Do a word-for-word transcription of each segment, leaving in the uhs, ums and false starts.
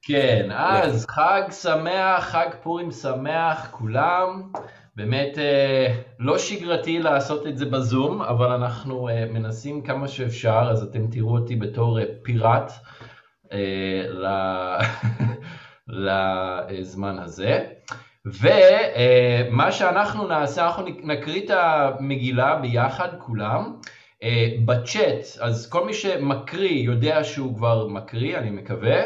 כן, לך. אז חג שמח, חג פורים שמח, כולם. באמת אה, לא שגרתי לעשות את זה בזום, אבל אנחנו אה, מנסים כמה שאפשר, אז אתם תראו אותי בתור אה, פיראט אה, ל- לזמן הזה. ומה שאנחנו נעשה, אנחנו נקריא את המגילה ביחד, כולם. אה, בצ'אט, אז כל מי שמקריא יודע שהוא כבר מקריא, אני מקווה.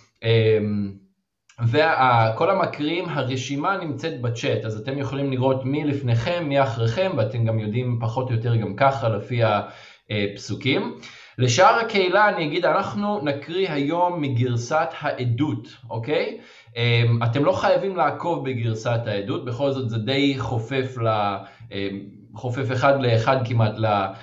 וכל המקרים, הרשימה נמצאת בצ'אט, אז אתם יכולים לראות מי לפניכם, מי אחריכם, ואתם גם יודעים פחות או יותר גם ככה לפי הפסוקים. לשאר הקהילה אני אגיד, אנחנו נקריא היום מגרסת העדות, אוקיי? אתם לא חייבים לעקוב בגרסת העדות, בכל זאת זה די חופף ל... חופף אחד לאחד כמעט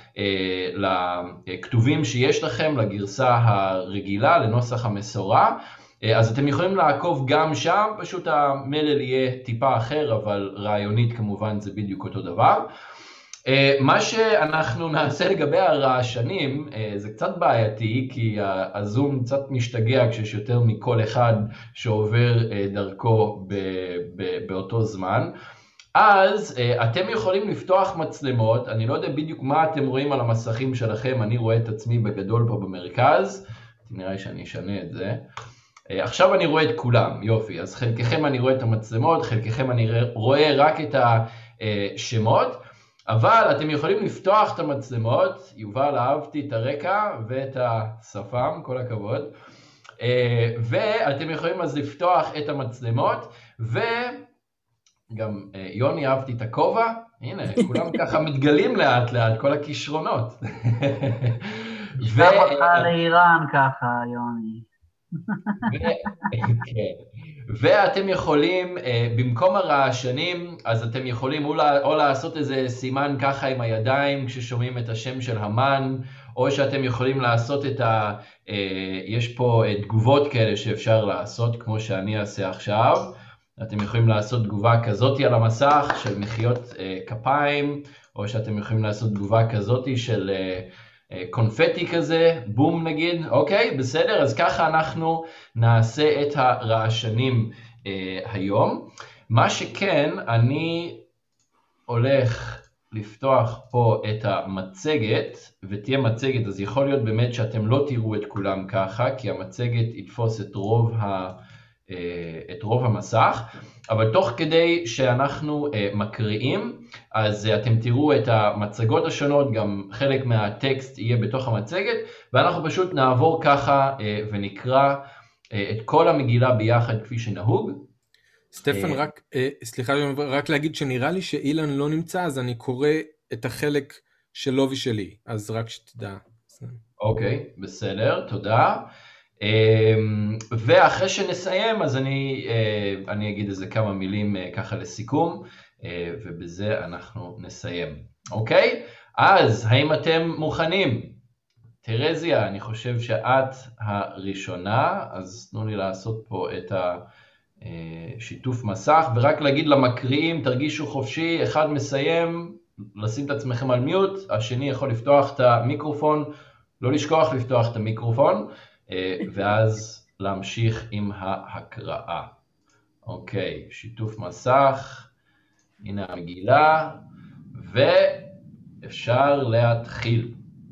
לכתובים שיש לכם, לגרסה הרגילה, לנוסח המסורה. אז אתם יכולים לעקוב גם שם, פשוט המלל יהיה טיפה אחר, אבל רעיונית כמובן זה בדיוק אותו דבר. מה שאנחנו נעשה לגבי הרעשנים, זה קצת בעייתי, כי הזום קצת משתגע כשיש יותר מכל אחד שעובר דרכו באותו זמן. אז אתם יכולים לפתוח מצלמות, אני לא יודע בדיוק מה אתם רואים על המסכים שלכם, אני רואה את עצמי בגדול פה במרכז, נראה לי שאני אשנה את זה. עכשיו אני רואה את כולם, יופי, אז חלקכם אני רואה את המצלמות, חלקכם אני רואה רק את השמות, אבל אתם יכולים לפתוח את המצלמות, יובל, אהבתי את הרקע ואת השפם, כל הכבוד, ואתם יכולים אז לפתוח את המצלמות, וגם יוני, אהבתי את הכובע, הנה, כולם ככה מתגלים לאט לאט, כל הכישרונות. נשלח אותך לאיראן ככה, יוני. ואתם יכולים, במקום הרעשנים, אז אתם יכולים או לעשות איזה סימן ככה עם הידיים כששומעים את השם של המן, או שאתם יכולים לעשות את ה... יש פה תגובות כאלה שאפשר לעשות, כמו שאני אעשה עכשיו. אתם יכולים לעשות תגובה כזאת על המסך של מחיאות כפיים, או שאתם יכולים לעשות תגובה כזאת של... קונפטי כזה, בום נגיד, אוקיי, בסדר, אז ככה אנחנו נעשה את הרעשנים אה, היום. מה שכן, אני הולך לפתוח פה את המצגת, ותהיה מצגת, אז יכול להיות באמת שאתם לא תראו את כולם ככה, כי המצגת יתפוס את רוב ה... את רוב המסך, אבל תוך כדי שאנחנו מקריאים, אז אתם תראו את המצגות השונות, גם חלק מהטקסט יהיה בתוך המצגת, ואנחנו פשוט נעבור ככה ונקרא את כל המגילה ביחד כפי שנהוג. סטפן, רק, סליחה, רק להגיד שנראה לי שאילן לא נמצא, אז אני קורא את החלק של לובי שלי, אז רק שתדע. אוקיי, בסדר, תודה. ואחרי שנסיים, אז אני, אני אגיד איזה כמה מילים ככה לסיכום, ובזה אנחנו נסיים. אוקיי? אז האם אתם מוכנים? תרזיה, אני חושב שאת הראשונה, אז תנו לי לעשות פה את השיתוף מסך, ורק להגיד למקריאים, תרגישו חופשי, אחד מסיים, לשים את עצמכם על מיוט, השני יכול לפתוח את המיקרופון, לא לשכוח לפתוח את המיקרופון, ואז להמשיך עם ההקראה. אוקיי, שיתוף מסך, הנה המגילה, ואפשר להתחיל.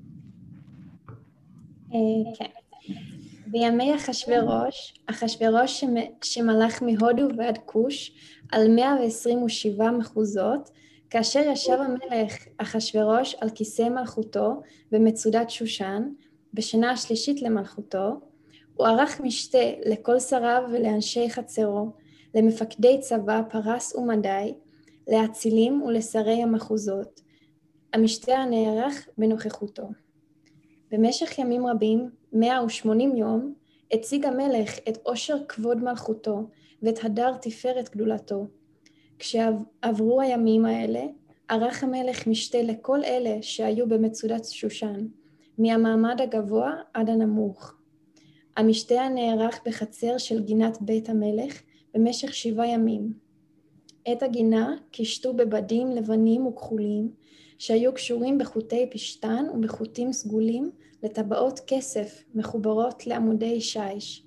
כן. בימי אחשוורוש, אחשוורוש שמלך מהודו ועד כוש, על מאה ועשרים ושבע מחוזות, כאשר ישב המלך אחשוורוש על כיסא מלכותו במצודת שושן, בשנה השלישית למלכותו, הוא ערך משתה לכל שריו ולאנשי חצרו, למפקדי צבא, פרס ומדי, לאצילים ולשרי המחוזות. המשתה הנערך בנוכחותו. במשך ימים רבים, מאה ושמונים יום, הציג המלך את עושר כבוד מלכותו ואת הדר תפארת גדולתו. כשעברו הימים האלה, ערך המלך משתה לכל אלה שהיו במצודת שושן, מהמעמד הגבוה עד הנמוך. המשתה הנערך בחצר של גינת בית המלך במשך שבעה ימים. את הגינה קישטו בבדים לבנים וכחולים, שהיו קשורים בחוטי פשטן ובחוטים סגולים לטבעות כסף מחוברות לעמודי שיש,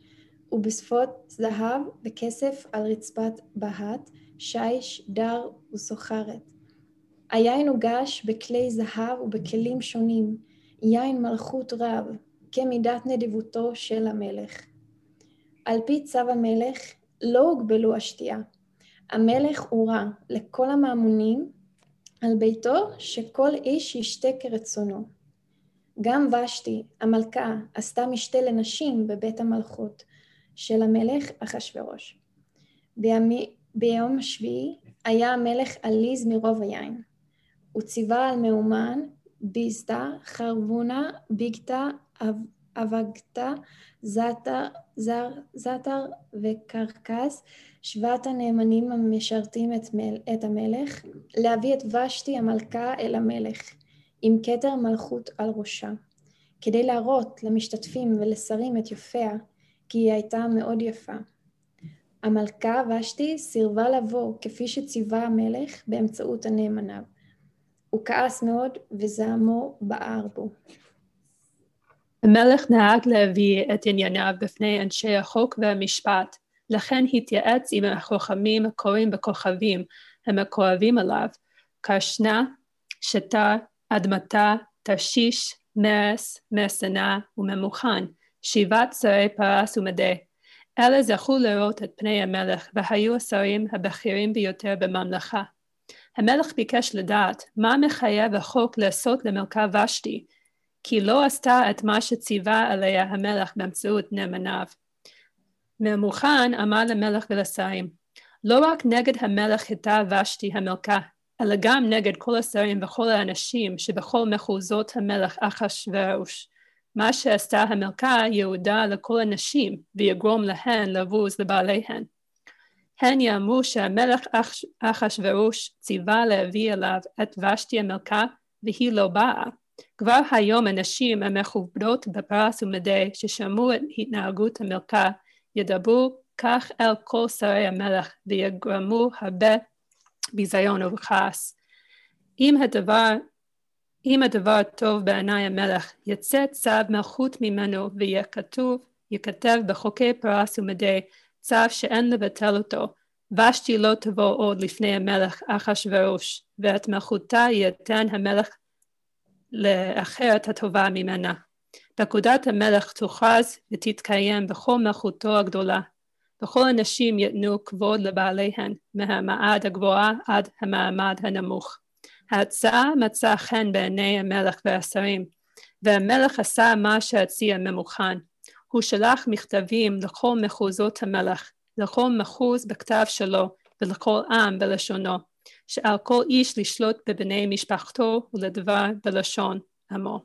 ובשפות זהב וכסף על רצפת בהת, שיש, דר וסוחרת. היין הוגש בכלי זהב ובכלים שונים, יין מלכות רב, כמידת נדיבותו של המלך. על פי צו המלך לא הוגבלו השתייה. המלך הורה לכל המאמונים על ביתו שכל איש ישתה כרצונו. גם ושתי, המלכה, עשתה משתה לנשים בבית המלכות של המלך אחשוורוש. בימי, ביום השביעי היה המלך עליז מרוב היין. הוא ציווה על מאומן, ביזתה, חרבונה, ביגתה, אבגתה, זטר, זר, זטר וקרקס, שבעת הנאמנים המשרתים את, מל, את המלך, להביא את ושתי המלכה אל המלך, עם כתר מלכות על ראשה, כדי להראות למשתתפים ולשרים את יופיה, כי היא הייתה מאוד יפה. המלכה ושתי סירבה לבוא כפי שציווה המלך באמצעות הנאמניו. הוא כעס מאוד וזעמו בער בו. המלך נהג להביא את ענייניו בפני אנשי החוק והמשפט, לכן התייעץ עם החכמים הקוראים בכוכבים המקורבים עליו, קרשנה, שתר, אדמתה, תרשיש, מרס, מרסנה וממוכן, שבעת שרי פרס ומדי. אלה זכו לראות את פני המלך והיו השרים הבכירים ביותר בממלכה. המלך ביקש לדעת מה מחייב החוק לעשות למלכה ושתי, כי לא עשתה את מה שציווה עליה המלך באמצעות נאמניו. ממוכן אמר למלך ולשרים, לא רק נגד המלך הייתה ושתי המלכה, אלא גם נגד כל השרים וכל האנשים שבכל מחוזות המלך אחשוורוש. מה שעשתה המלכה יהודה לכל הנשים, ויגרום להן לבוז לבעליהן. הן יאמרו שהמלך אחשוורוש ציווה להביא אליו את ושתי המלכה, והיא לא באה. כבר היום הנשים המכובדות בפרס ומדי ששמעו את התנהגות המלכה, ידברו כך אל כל שרי המלך, ויגרמו הרבה ביזיון וכעס. אם הדבר, אם הדבר טוב בעיני המלך, יצא צו מלכות ממנו, ויהיה כתוב, יכתב בחוקי פרס ומדי, צו שאין לבטל אותו, ושתי לא תבוא עוד לפני המלך אחשוורוש, ואת מלכותה ייתן המלך לאחרת הטובה ממנה. פקודת המלך תוכרז ותתקיים בכל מלכותו הגדולה. וכל הנשים יתנו כבוד לבעליהן, מהמעמד הגבוה עד המעמד הנמוך. ההצעה מצאה חן בעיני המלך והשרים, והמלך עשה מה שהציע ממוכן. הוא שלח מכתבים לכל מחוזות המלך, לכל מחוז בכתב שלו, ולכל עם בלשונו, שעל כל איש לשלוט בבני משפחתו ולדבר בלשון עמו.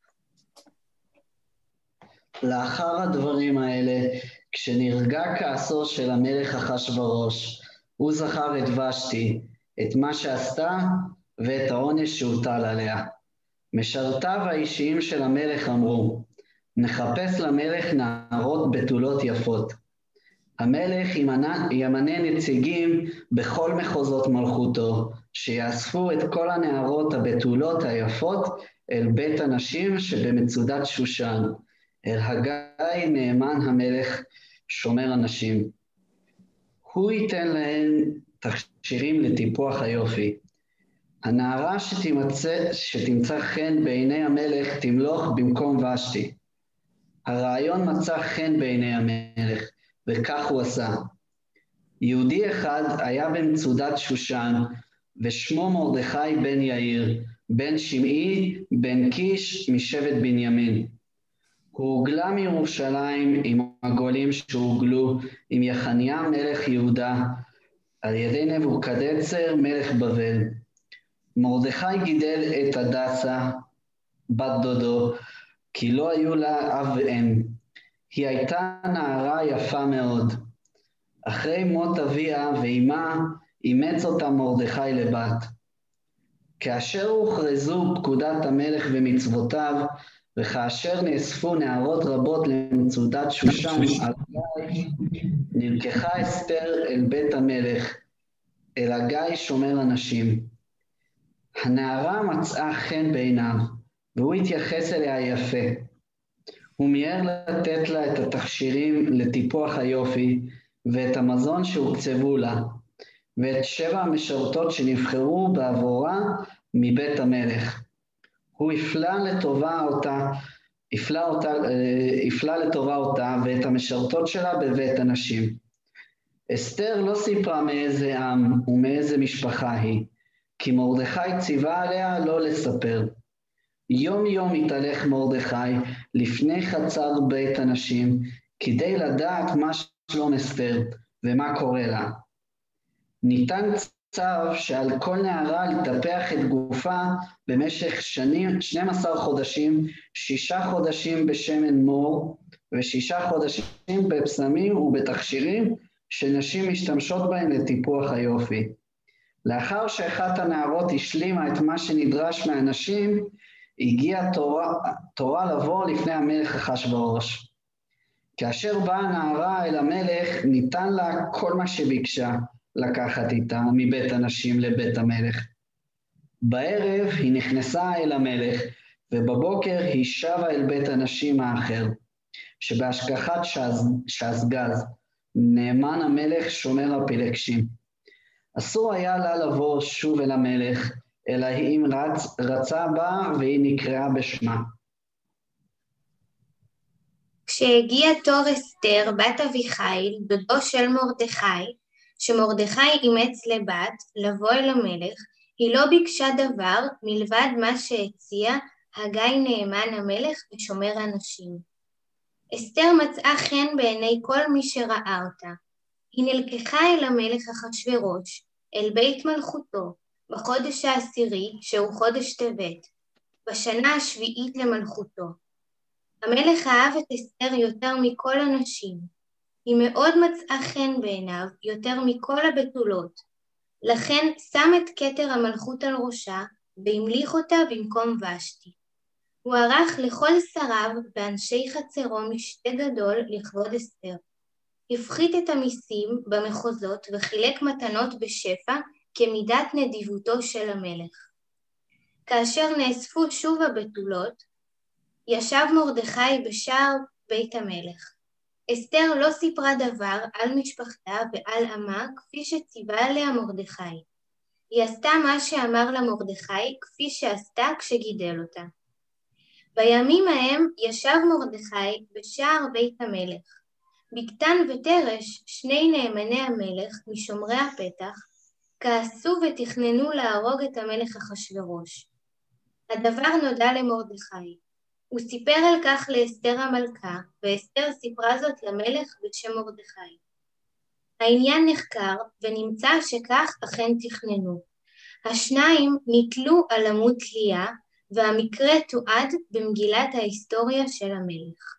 לאחר הדברים האלה, כשנרגע כעסו של המלך אחשוורוש, הוא זכר את ושתי, את מה שעשתה ואת העונש שהוטל עליה. משרתיו האישיים של המלך אמרו, נחפש למלך נערות בתולות יפות. המלך ימנה, ימנה נציגים בכל מחוזות מלכותו, שיאספו את כל הנערות הבתולות היפות אל בית הנשים שבמצודת שושן, אל הגיא נאמן המלך שומר הנשים. הוא ייתן להן תכשירים לטיפוח היופי. הנערה שתמצא, שתמצא חן בעיני המלך תמלוך במקום ושתי. הרעיון מצא חן בעיני המלך, וכך הוא עשה. יהודי אחד היה במצודת שושן, ושמו מרדכי בן יאיר, בן שמעי, בן קיש, משבט בנימין. הוא הוגלה מירושלים עם הגולים שהוגלו עם יחניה מלך יהודה, על ידי נבוכדנצר מלך בבל. מרדכי גידל את הדסה, בת דודו, כי לא היו לה אב ואם. היא הייתה נערה יפה מאוד. אחרי מות אביה ואימה, אימץ אותה מרדכי לבת. כאשר הוכרזו פקודת המלך ומצוותיו, וכאשר נאספו נערות רבות למצודת שושן, על גיא נלקחה אסתר אל בית המלך, אל הגיא שומר הנשים. הנערה מצאה חן בעיניו, והוא התייחס אליה יפה. הוא מיהר לתת לה את התכשירים לטיפוח היופי ואת המזון שהוקצבו לה, ואת שבע המשרתות שנבחרו בעבורה מבית המלך. הוא הפלה לטובה אותה, הפלה אותה, הפלה לטובה אותה ואת המשרתות שלה בבית הנשים. אסתר לא סיפרה מאיזה עם ומאיזה משפחה היא, כי מרדכי ציווה עליה לא לספר. יום יום התהלך מרדכי לפני חצר בית הנשים, כדי לדעת מה שלום אסתר ומה קורה לה. ניתן צו שעל כל נערה לטפח את גופה במשך שנים, שנים עשר חודשים, שישה חודשים בשמן מור, ושישה חודשים בפסמים ובתכשירים שנשים משתמשות בהם לטיפוח היופי. לאחר שאחת הנערות השלימה את מה שנדרש מהנשים, הגיעה תורה, תורה לבוא לפני המלך אחשוורוש. כאשר באה הנערה אל המלך, ניתן לה כל מה שביקשה לקחת איתה מבית הנשים לבית המלך. בערב היא נכנסה אל המלך, ובבוקר היא שבה אל בית הנשים האחר, שבהשגחת שזגז, נאמן המלך שומר הפילגשים. אסור היה לה לבוא שוב אל המלך, אלא אם רצ, רצה בה והיא נקראה בשמה. כשהגיע תור אסתר בת אביחיל, דודו של מרדכי, שמרדכי אימץ לבת לבוא אל המלך, היא לא ביקשה דבר מלבד מה שהציע הגיא נאמן המלך ושומר הנשים. אסתר מצאה חן בעיני כל מי שראה אותה. היא נלקחה אל המלך אחשוורוש, אל בית מלכותו, בחודש העשירי, שהוא חודש טבת, בשנה השביעית למלכותו. המלך אהב את אסתר יותר מכל הנשים. היא מאוד מצאה חן בעיניו יותר מכל הבתולות. לכן שם את כתר המלכות על ראשה, והמליך אותה במקום ושתי. הוא ערך לכל שריו ואנשי חצרו משתה גדול לכבוד אסתר. הפחית את המיסים במחוזות וחילק מתנות בשפע כמידת נדיבותו של המלך. כאשר נאספו שוב הבתולות, ישב מרדכי בשער בית המלך. אסתר לא סיפרה דבר על משפחתה ועל עמה כפי שציווה עליה מרדכי. היא עשתה מה שאמר לה מרדכי כפי שעשתה כשגידל אותה. בימים ההם ישב מרדכי בשער בית המלך. בקתן ותרש, שני נאמני המלך משומרי הפתח, כעסו ותכננו להרוג את המלך אחשוורוש. הדבר נודע למרדכי. הוא סיפר על כך לאסתר המלכה, ואסתר סיפרה זאת למלך בשם מרדכי. העניין נחקר ונמצא שכך אכן תכננו. השניים נתלו על עמוד תלייה, והמקרה תועד במגילת ההיסטוריה של המלך.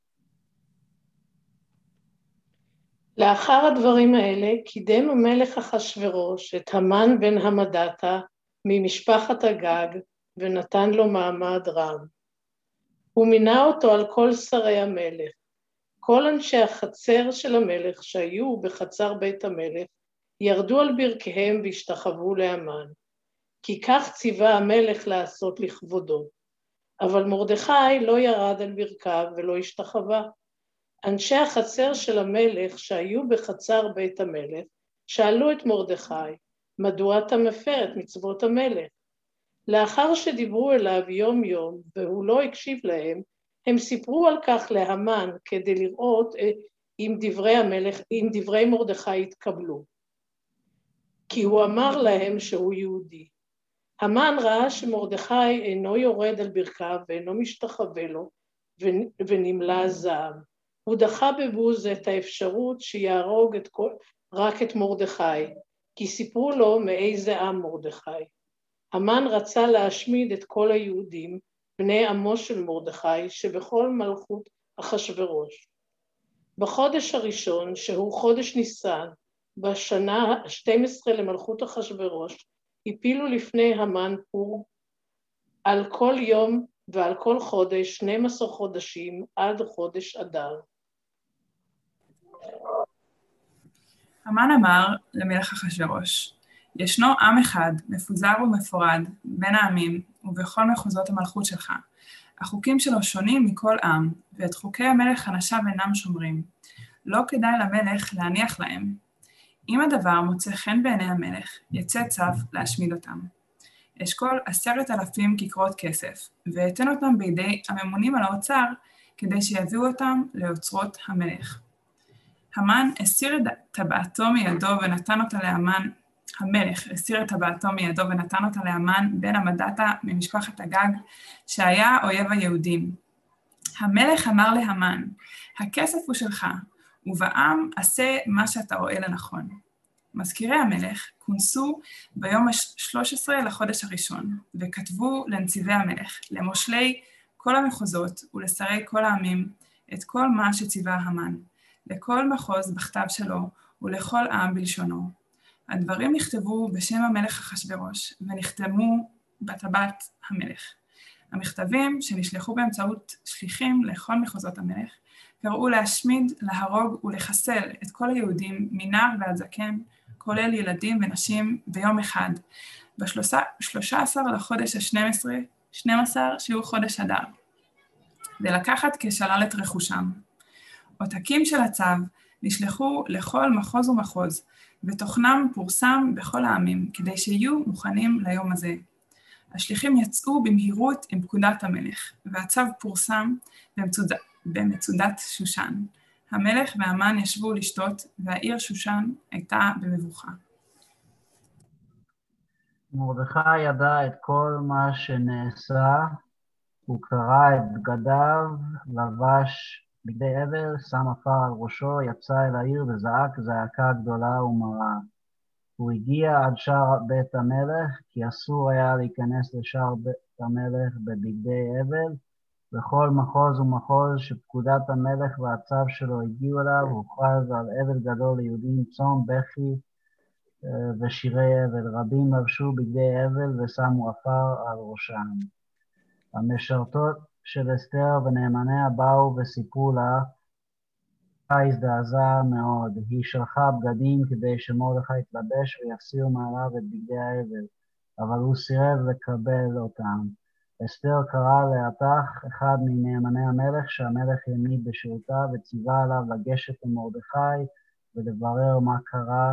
לאחר הדברים האלה קידם המלך אחשוורוש את המן בן המדתה ממשפחת הגג ונתן לו מעמד רם. הוא מינה אותו על כל שרי המלך. כל אנשי החצר של המלך שהיו בחצר בית המלך ירדו על ברכיהם והשתחוו להמן, כי כך ציווה המלך לעשות לכבודו. אבל מרדכי לא ירד על ברכיו ולא השתחווה. אנשי החצר של המלך שהיו בחצר בית המלך שאלו את מרדכי, מדוע אתה מפר את מצוות המלך? לאחר שדיברו אליו יום יום והוא לא הקשיב להם, הם סיפרו על כך להמן כדי לראות אם דברי המלך, אם דברי מרדכי התקבלו. כי הוא אמר להם שהוא יהודי. המן ראה שמרדכי אינו יורד על ברכיו ואינו משתחווה לו ונמלא זעם. הוא דחה בבוז את האפשרות שיהרוג את כל, רק את מרדכי, כי סיפרו לו מאיזה עם מרדכי. המן רצה להשמיד את כל היהודים, בני עמו של מרדכי, שבכל מלכות אחשוורוש. בחודש הראשון, שהוא חודש ניסן, בשנה ה-שתים עשרה למלכות אחשוורוש, הפילו לפני המן פור על כל יום ועל כל חודש, שנים עשר חודשים, עד חודש אדר. המן אמר למלך אחשוורוש, ישנו עם אחד, מפוזר ומפורד, בין העמים, ובכל מחוזות המלכות שלך. החוקים שלו שונים מכל עם, ואת חוקי המלך אנשיו אינם שומרים. לא כדאי למלך להניח להם. אם הדבר מוצא חן בעיני המלך, יצא צו להשמיד אותם. אשכול עשרת אלפים כיכרות כסף, ואתן אותם בידי הממונים על האוצר, כדי שיביאו אותם לאוצרות המלך. המן הסיר את טבעתו מידו ונתן אותה להמן, המלך הסיר את טבעתו מידו ונתן אותה להמן בן המדתה ממשפחת הגג, שהיה אויב היהודים. המלך אמר להמן, הכסף הוא שלך, ובעם עשה מה שאתה רואה לנכון. מזכירי המלך כונסו ביום ה-שלוש עשרה לחודש הראשון, וכתבו לנציבי המלך, למושלי כל המחוזות ולשרי כל העמים, את כל מה שציווה המן, לכל מחוז בכתב שלו ולכל עם בלשונו. הדברים נכתבו בשם המלך אחשוורוש, ונחתמו בטבעת המלך. המכתבים שנשלחו באמצעות שליחים לכל מחוזות המלך, קראו להשמיד, להרוג ולחסל את כל היהודים מנער ועד זקן, כולל ילדים ונשים ביום אחד, ב-שלושה עשר לחודש ה-שנים עשר, שנים עשר שהוא חודש אדר, ולקחת כשלל את רכושם. עותקים של הצו נשלחו לכל מחוז ומחוז, ותוכנם פורסם בכל העמים, כדי שיהיו מוכנים ליום הזה. השליחים יצאו במהירות עם פקודת המלך, והצו פורסם במצודת, במצודת שושן. המלך והמן ישבו לשתות, והעיר שושן הייתה במבוכה. מרדכי ידע את כל מה שנעשה, הוא קרע את בגדיו, לבש בגדי אבל, שם עפר על ראשו, יצא אל העיר וזעק זעקה גדולה ומרה. הוא הגיע עד שער בית המלך, כי אסור היה להיכנס לשער בית המלך בבגדי אבל, בכל מחוז ומחוז שפקודת המלך והצו שלו הגיעו אליו, הוכרז על אבל גדול ליהודים, צום, בכי ושירי אבל. רבים לבשו בגדי אבל ושמו עפר על ראשם. המשרתות של אסתר ונאמניה באו וסיפרו לה, הזדעזעה מאוד. היא שלחה בגדים כדי שמרדכי יתלבש ויסיר מעליו את בגדי האבל, אבל הוא סירב לקבל אותם. אסתר קרא להטח, אחד מנאמני המלך שהמלך העמיד בשירותה, וציווה עליו לגשת למרדכי ולברר מה קרה.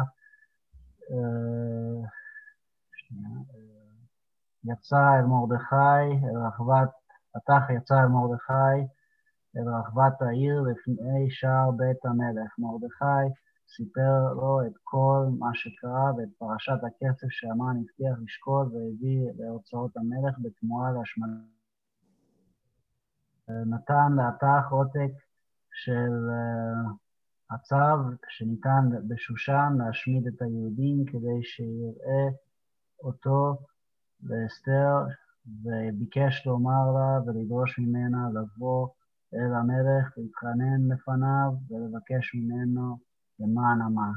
יצא אל מרדכי, אל רחבת, הטח יצא אל מרדכי, אל רחבת העיר לפני שער בית המלך. מרדכי סיפר לו את כל מה שקרה ואת פרשת הכסף שהמן הבטיח לשקול והביא להוצאות המלך בתמורה להשמדה. נתן להטח עותק של הצו שניתן בשושן להשמיד את היהודים כדי שיראה אותו לאסתר, וביקש לומר לה ולדרוש ממנה לבוא אל המלך להתחנן לפניו ולבקש ממנו למען עמה.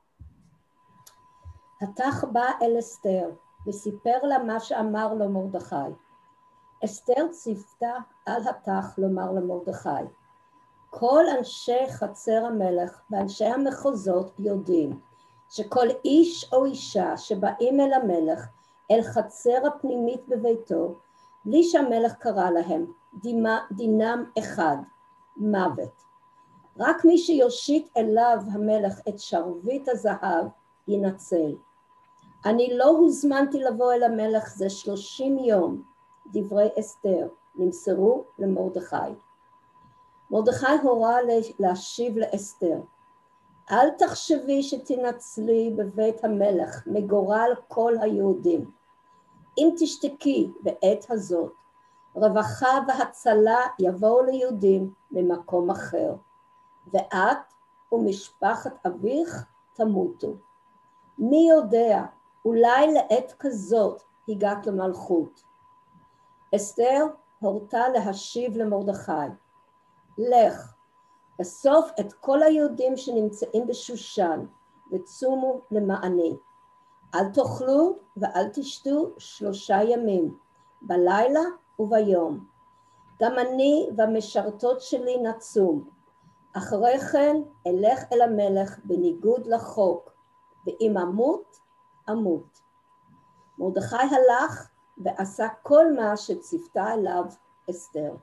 הטח בא אל אסתר וסיפר לה מה שאמר לו מרדכי. אסתר ציוותה על הטח לומר למרדכי, כל אנשי חצר המלך ואנשי המחוזות יודעים שכל איש או אישה שבאים אל המלך, אל חצר הפנימית בביתו, בלי שהמלך קרא להם, דימה, דינם אחד, מוות. רק מי שיושיט אליו המלך את שרביט הזהב ינצל. אני לא הוזמנתי לבוא אל המלך זה שלושים יום, דברי אסתר נמסרו למרדכי. מרדכי הורה להשיב לאסתר, אל תחשבי שתנצלי בבית המלך מגורל כל היהודים. אם תשתקי בעת הזאת, רווחה והצלה יבואו ליהודים ממקום אחר, ואת ומשפחת אביך תמותו. מי יודע, אולי לעת כזאת הגעת למלכות. אסתר הורתה להשיב למרדכי, לך, אסוף את כל היהודים שנמצאים בשושן, וצומו למעני. אל תאכלו ואל תשתו שלושה ימים, בלילה וביום. גם אני והמשרתות שלי נצום. אחרי כן אלך אל המלך בניגוד לחוק, ואם אמות, אמות. מרדכי הלך ועשה כל מה שציוותה אליו אסתר.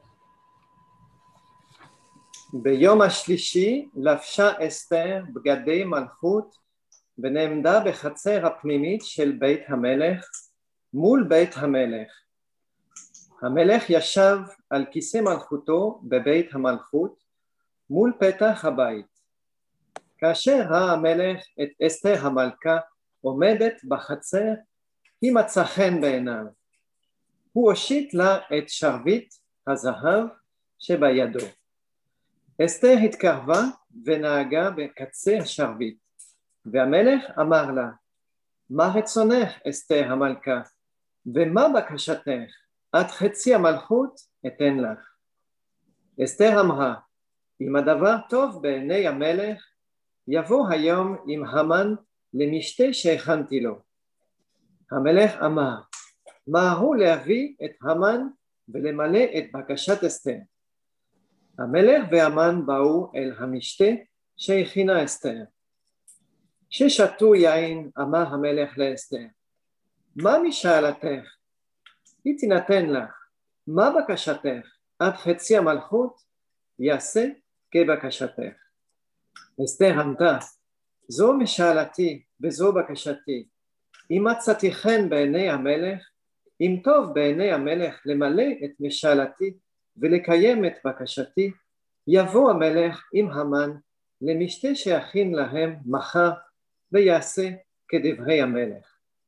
ביום השלישי לבשה אסתר בגדי מלכות ונעמדה בחצר הפנימית של בית המלך מול בית המלך. המלך ישב על כיסא מלכותו בבית המלכות מול פתח הבית. כאשר ראה המלך את אסתר המלכה עומדת בחצר, היא מצאה חן בעיניו. הוא הושיט לה את שרביט הזהב שבידו. אסתר התקרבה ונהגה בקצה השרביט, והמלך אמר לה, מה רצונך אסתר המלכה, ומה בקשתך? עד חצי המלכות אתן לך. אסתר אמרה, אם הדבר טוב בעיני המלך, יבוא היום עם המן למשתה שהכנתי לו. המלך אמר, מהרו להביא את המן ולמלא את בקשת אסתר. המלך והמן באו אל המשתה שהכינה אסתר. כששתו יין אמר המלך לאסתר, מה משאלתך? היא תינתן לך. מה בקשתך? עד חצי המלכות יעשה כבקשתך. אסתר ענתה, זו משאלתי וזו בקשתי. אם מצאתי חן בעיני המלך, אם טוב בעיני המלך למלא את משאלתי ולקיים את בקשתי, יבוא המלך עם המן למשתה שיכין להם מחר ויעשה כדברי המלך.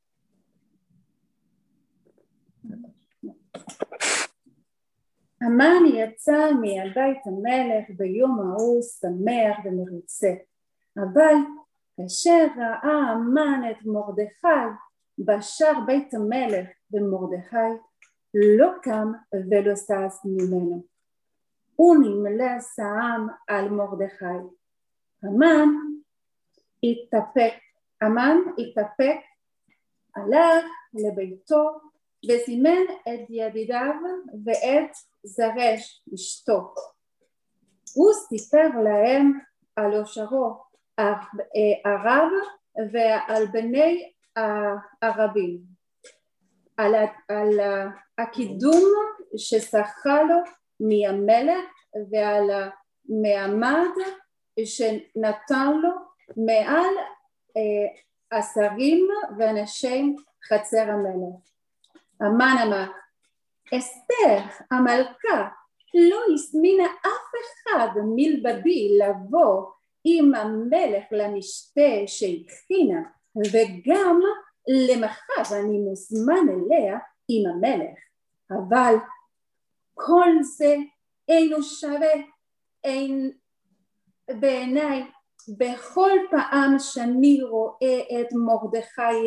המן יצא מבית המלך ביום ההוא שמח ומרוצה, אבל כאשר ראה המן את מרדכי בשער בית המלך ומרדכי לא קם ולא זז ממנו. הוא נמלא זעם על מרדכי. המן התאפק, המן התאפק, הלך לביתו וזימן את ידידיו ואת זרש אשתו. הוא סיפר להם על אושרו הרב ועל בני הרבים, על, על הקידום שזכה לו מהמלך ועל המעמד שנתן לו מעל אה, השרים ואנשי חצר המלך. המן אמר, אסתר המלכה לא הזמינה אף אחד מלבדי לבוא עם המלך למשתה שהכינה, וגם למחר אני מוזמן אליה עם המלך, אבל כל זה אינו שווה אין בעיניי. בכל פעם שאני רואה את מרדכי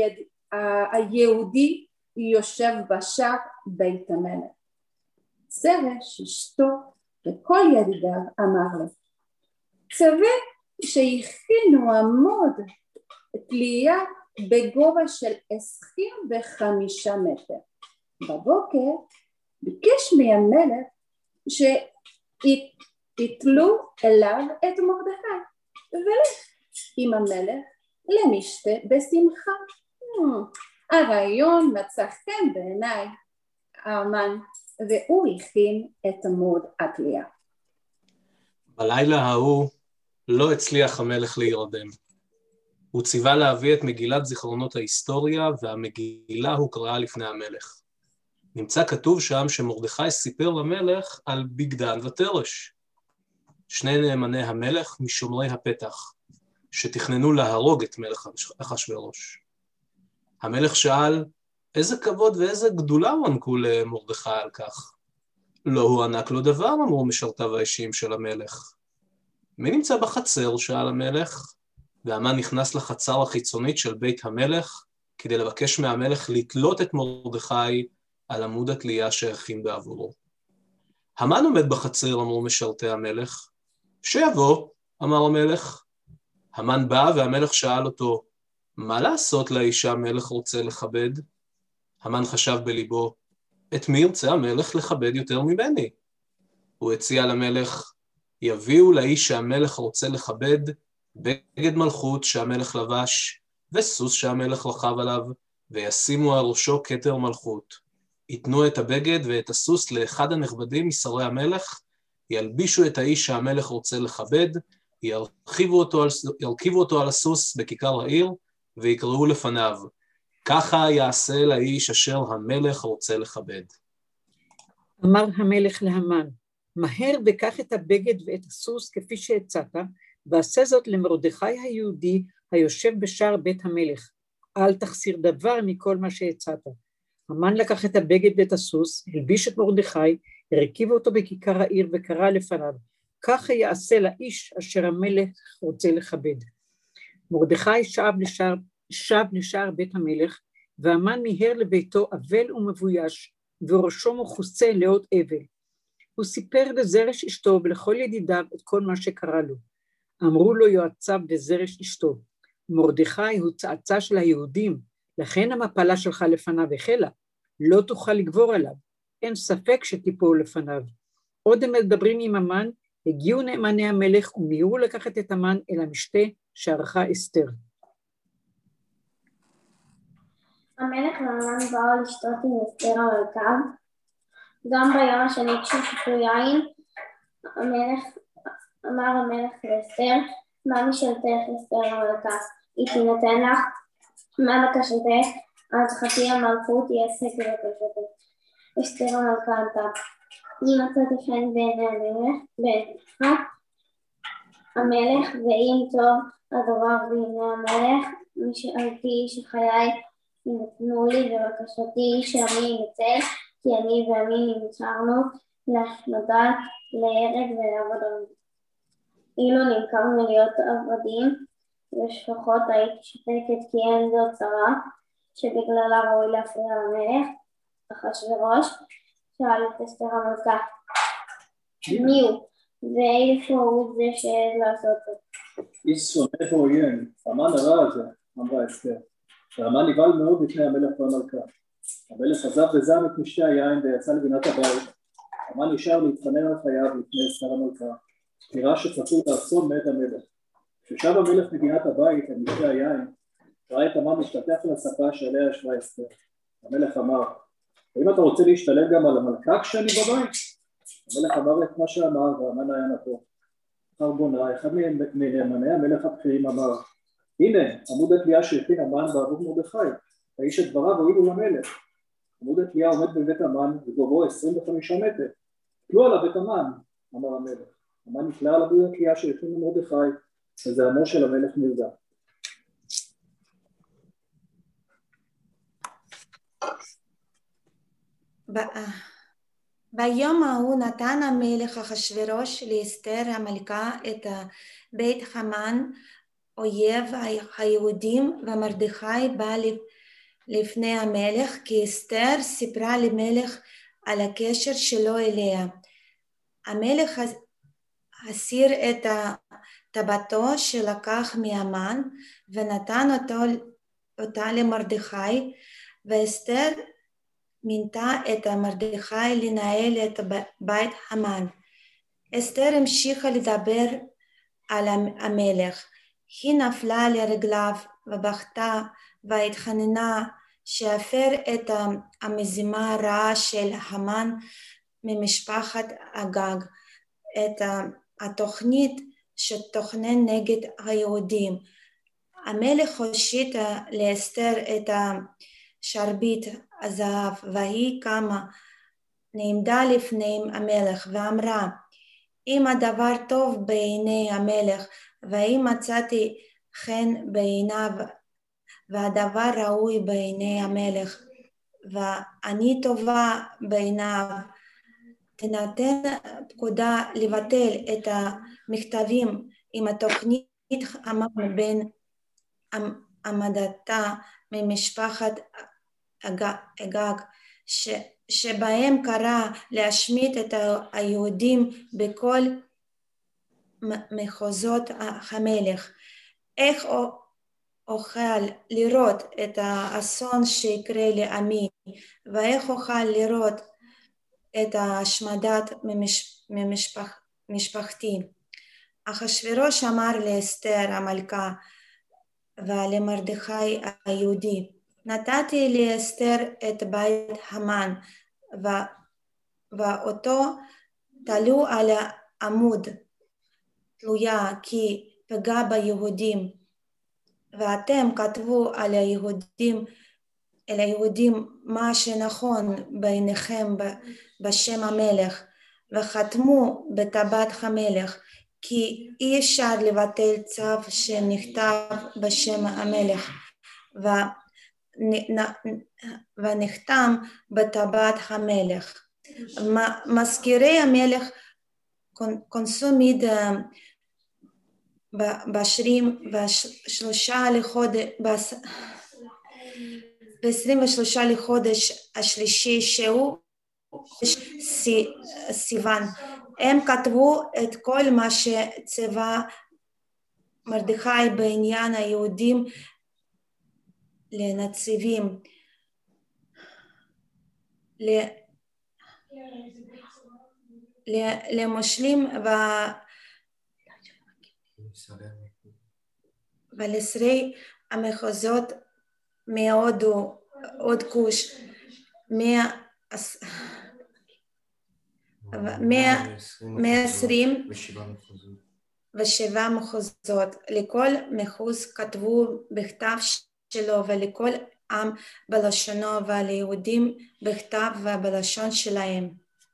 היהודי יושב בשער בית המלך. זרש אשתו וכל ידידיו אמר לו, צווה שהכינו עמוד תלייה בגובה של עשרים וחמישה מטר. בבוקר ביקש מהמלך שיתלו אליו את מרדכי ולך עם המלך למשתה בשמחה. הרעיון מצא חן בעיניי המן, והוא הכין את עמוד התלייה. בלילה ההוא לא הצליח המלך להירדם. הוא ציווה להביא את מגילת זיכרונות ההיסטוריה, והמגילה הוקראה לפני המלך. נמצא כתוב שם שמרדכי סיפר למלך על בגדד ותרש, שני נאמני המלך משומרי הפתח, שתכננו להרוג את מלך אחשוורוש. המלך שאל, איזה כבוד ואיזה גדולה הוענקו למרדכי על כך? לא הוענק לו דבר, אמרו משרתיו האישיים של המלך. מי נמצא בחצר? שאל המלך, והמן נכנס לחצר החיצונית של בית המלך, כדי לבקש מהמלך לתלות את מרדכי על עמוד התלייה שהכין בעבורו. המן עומד בחצר, אמרו משרתי המלך. שיבוא, אמר המלך. המן בא והמלך שאל אותו, מה לעשות לאיש שהמלך רוצה לכבד? המן חשב בליבו, את מי ירצה המלך לכבד יותר ממני? הוא הציע למלך, יביאו לאיש שהמלך רוצה לכבד בגד מלכות שהמלך לבש, וסוס שהמלך רכב עליו, וישימו על ראשו כתר מלכות. ייתנו את הבגד ואת הסוס לאחד הנכבדים משרי המלך, ילבישו את האיש שהמלך רוצה לכבד, ירכיבו אותו על, ירכיבו אותו על הסוס בכיכר העיר, ויקראו לפניו, ככה יעשה לאיש אשר המלך רוצה לכבד. אמר המלך להמן, מהר וקח את הבגד ואת הסוס כפי שהצעת, ועשה זאת למרדכי היהודי היושב בשער בית המלך. אל תחסיר דבר מכל מה שהצעת. המן לקח את הבגד ואת הסוס, הלביש את מרדכי, הרכיב אותו בכיכר העיר וקרא לפניו, ככה יעשה לאיש אשר המלך רוצה לכבד. מרדכי שב לשער, שב לשער בית המלך, והמן מיהר לביתו אבל ומבויש, וראשו מכוסה לאות אבל. הוא סיפר לזרש אשתו ולכל ידידיו את כל מה שקרה לו. אמרו לו יועציו וזרש אשתו, מרדכי הוא צאצא של היהודים, לכן המפלה שלך לפניו החלה, לא תוכל לגבור עליו, אין ספק שתיפול לפניו. עוד הם מדברים עם המן, הגיעו נאמני המלך ומיהרו לקחת את המן אל המשתה שערכה אסתר. המלך והמן באו לשתות עם אסתר המלכה, גם ביום השני כששתו יין, המלך, אמר המלך לאסתר, מה משאלתך אסתר המלכה? היא תינתן לך, מה בקשתך? אז חצי המלכות יעשה כבקשתך. אסתר המלכה ענתה, אם מצאתי חן בעיני המלך, בעיניך המלך, ואם טוב הדבר בעיני המלך, משאלתי שחיי נתנו לי ובקשתי שעמי ינצל, כי אני ועמי נמסרנו להשמדה, להרג ולעבוד עבדים. אילו נמכרנו להיות עבדים ושפחות הייתי שותקת, כי אין זו צרה שבגללה ראוי להפריע למלך. אחשוורוש שאל את אסתר המלכה, מי הוא ואיפה הוא זה שהעז לעשות זאת? איש שונא ועוין, המן הרע הזה, אמרה אסתר, והמן נבהל מאוד בפני המלך והמלכה. המלך עזב וזעם את משתה היין ויצא לגינת הבית. המן נשאר להתחנן על חייו לפני אסתר המלכה, נראה שצפו את האסון מאת המלך. כששב המלך לגינת הבית על משתה היין, ראה את המן משתטח על הספה שעליה ישבה אסתר. המלך אמר, האם אתה רוצה להשתלט גם על המלכה כשאני בבית? המלך אמר את מה שאמר, והמן היה נבוך. חרבונה, אחד מנאמני המלך הבכירים אמר, הנה, עמוד התלייה שהכין המן בעבור מרדכי, האיש את דבריו הועילו למלך. עמוד התלייה עומד בבית המן וגובהו עשרים וחמישה מטר. תלו עליו את המן, אמר המלך. המן נתלה על עמוד התלייה שהכין למרדכי, וזעמו של המלך נרגע. ביום ההוא נתן המלך אחשוורוש לאסתר המלכה את בית המן אויב היהודים, ומרדכי בא לפני המלך, כי אסתר סיפרה למלך על הקשר שלו אליה. המלך הסיר את טבעתו שלקח מהמן ונתן אותו, אותה למרדכי, ואסתר מינתה את מרדכי לנהל את בית המן. אסתר המשיכה לדבר על המלך. היא נפלה לרגליו ובכתה והתחננה שהפר את המזימה הרעה של המן ממשפחת אגג, את התוכנית שתוכנן נגד היהודים. המלך הושיט לאסתר את שרביט הזהב, והיא קמה, נעמדה לפני המלך ואמרה, אם הדבר טוב בעיני המלך, ואם מצאתי חן בעיניו, והדבר ראוי בעיני המלך, ואני טובה בעיניו, תינתן פקודה לבטל את המכתבים עם התוכנית המן בין עמדתה ממשפחת אגג, ש, שבהם קרא להשמיד את היהודים בכל מחוזות המלך. איך אוכל לראות את האסון שיקרה לעמי, ואיך אוכל לראות את השמדת ממשפח, משפחתי. אחשוורוש אמר לאסתר המלכה ולמרדכי היהודי, נתתי לאסתר את בית המן, ו... ואותו תלו על העמוד, תלויה כי פגע ביהודים, ואתם כתבו על היהודים, אל היהודים מה שנכון בעיניכם בשם המלך, וחתמו בטבעת המלך, כי אי אפשר לבטל צו שנכתב בשם המלך, ונחתם בטבעת המלך. מזכירי המלך כונסו מיד בעשרים ושלושה לחודש, ב-עשרים ושלושה לחודש השלישי שהוא סיוון. הם כתבו את כל מה שציווה מרדכי בעניין היהודים לנציבים, למושלים ולשרי המחוזות מהודו, עוד כוש, מאה עשרים ושבע מחוזות. לכל מחוז כתבו בכתב שלו ולכל עם בלשונו, וליהודים בכתב ובלשון שלהם.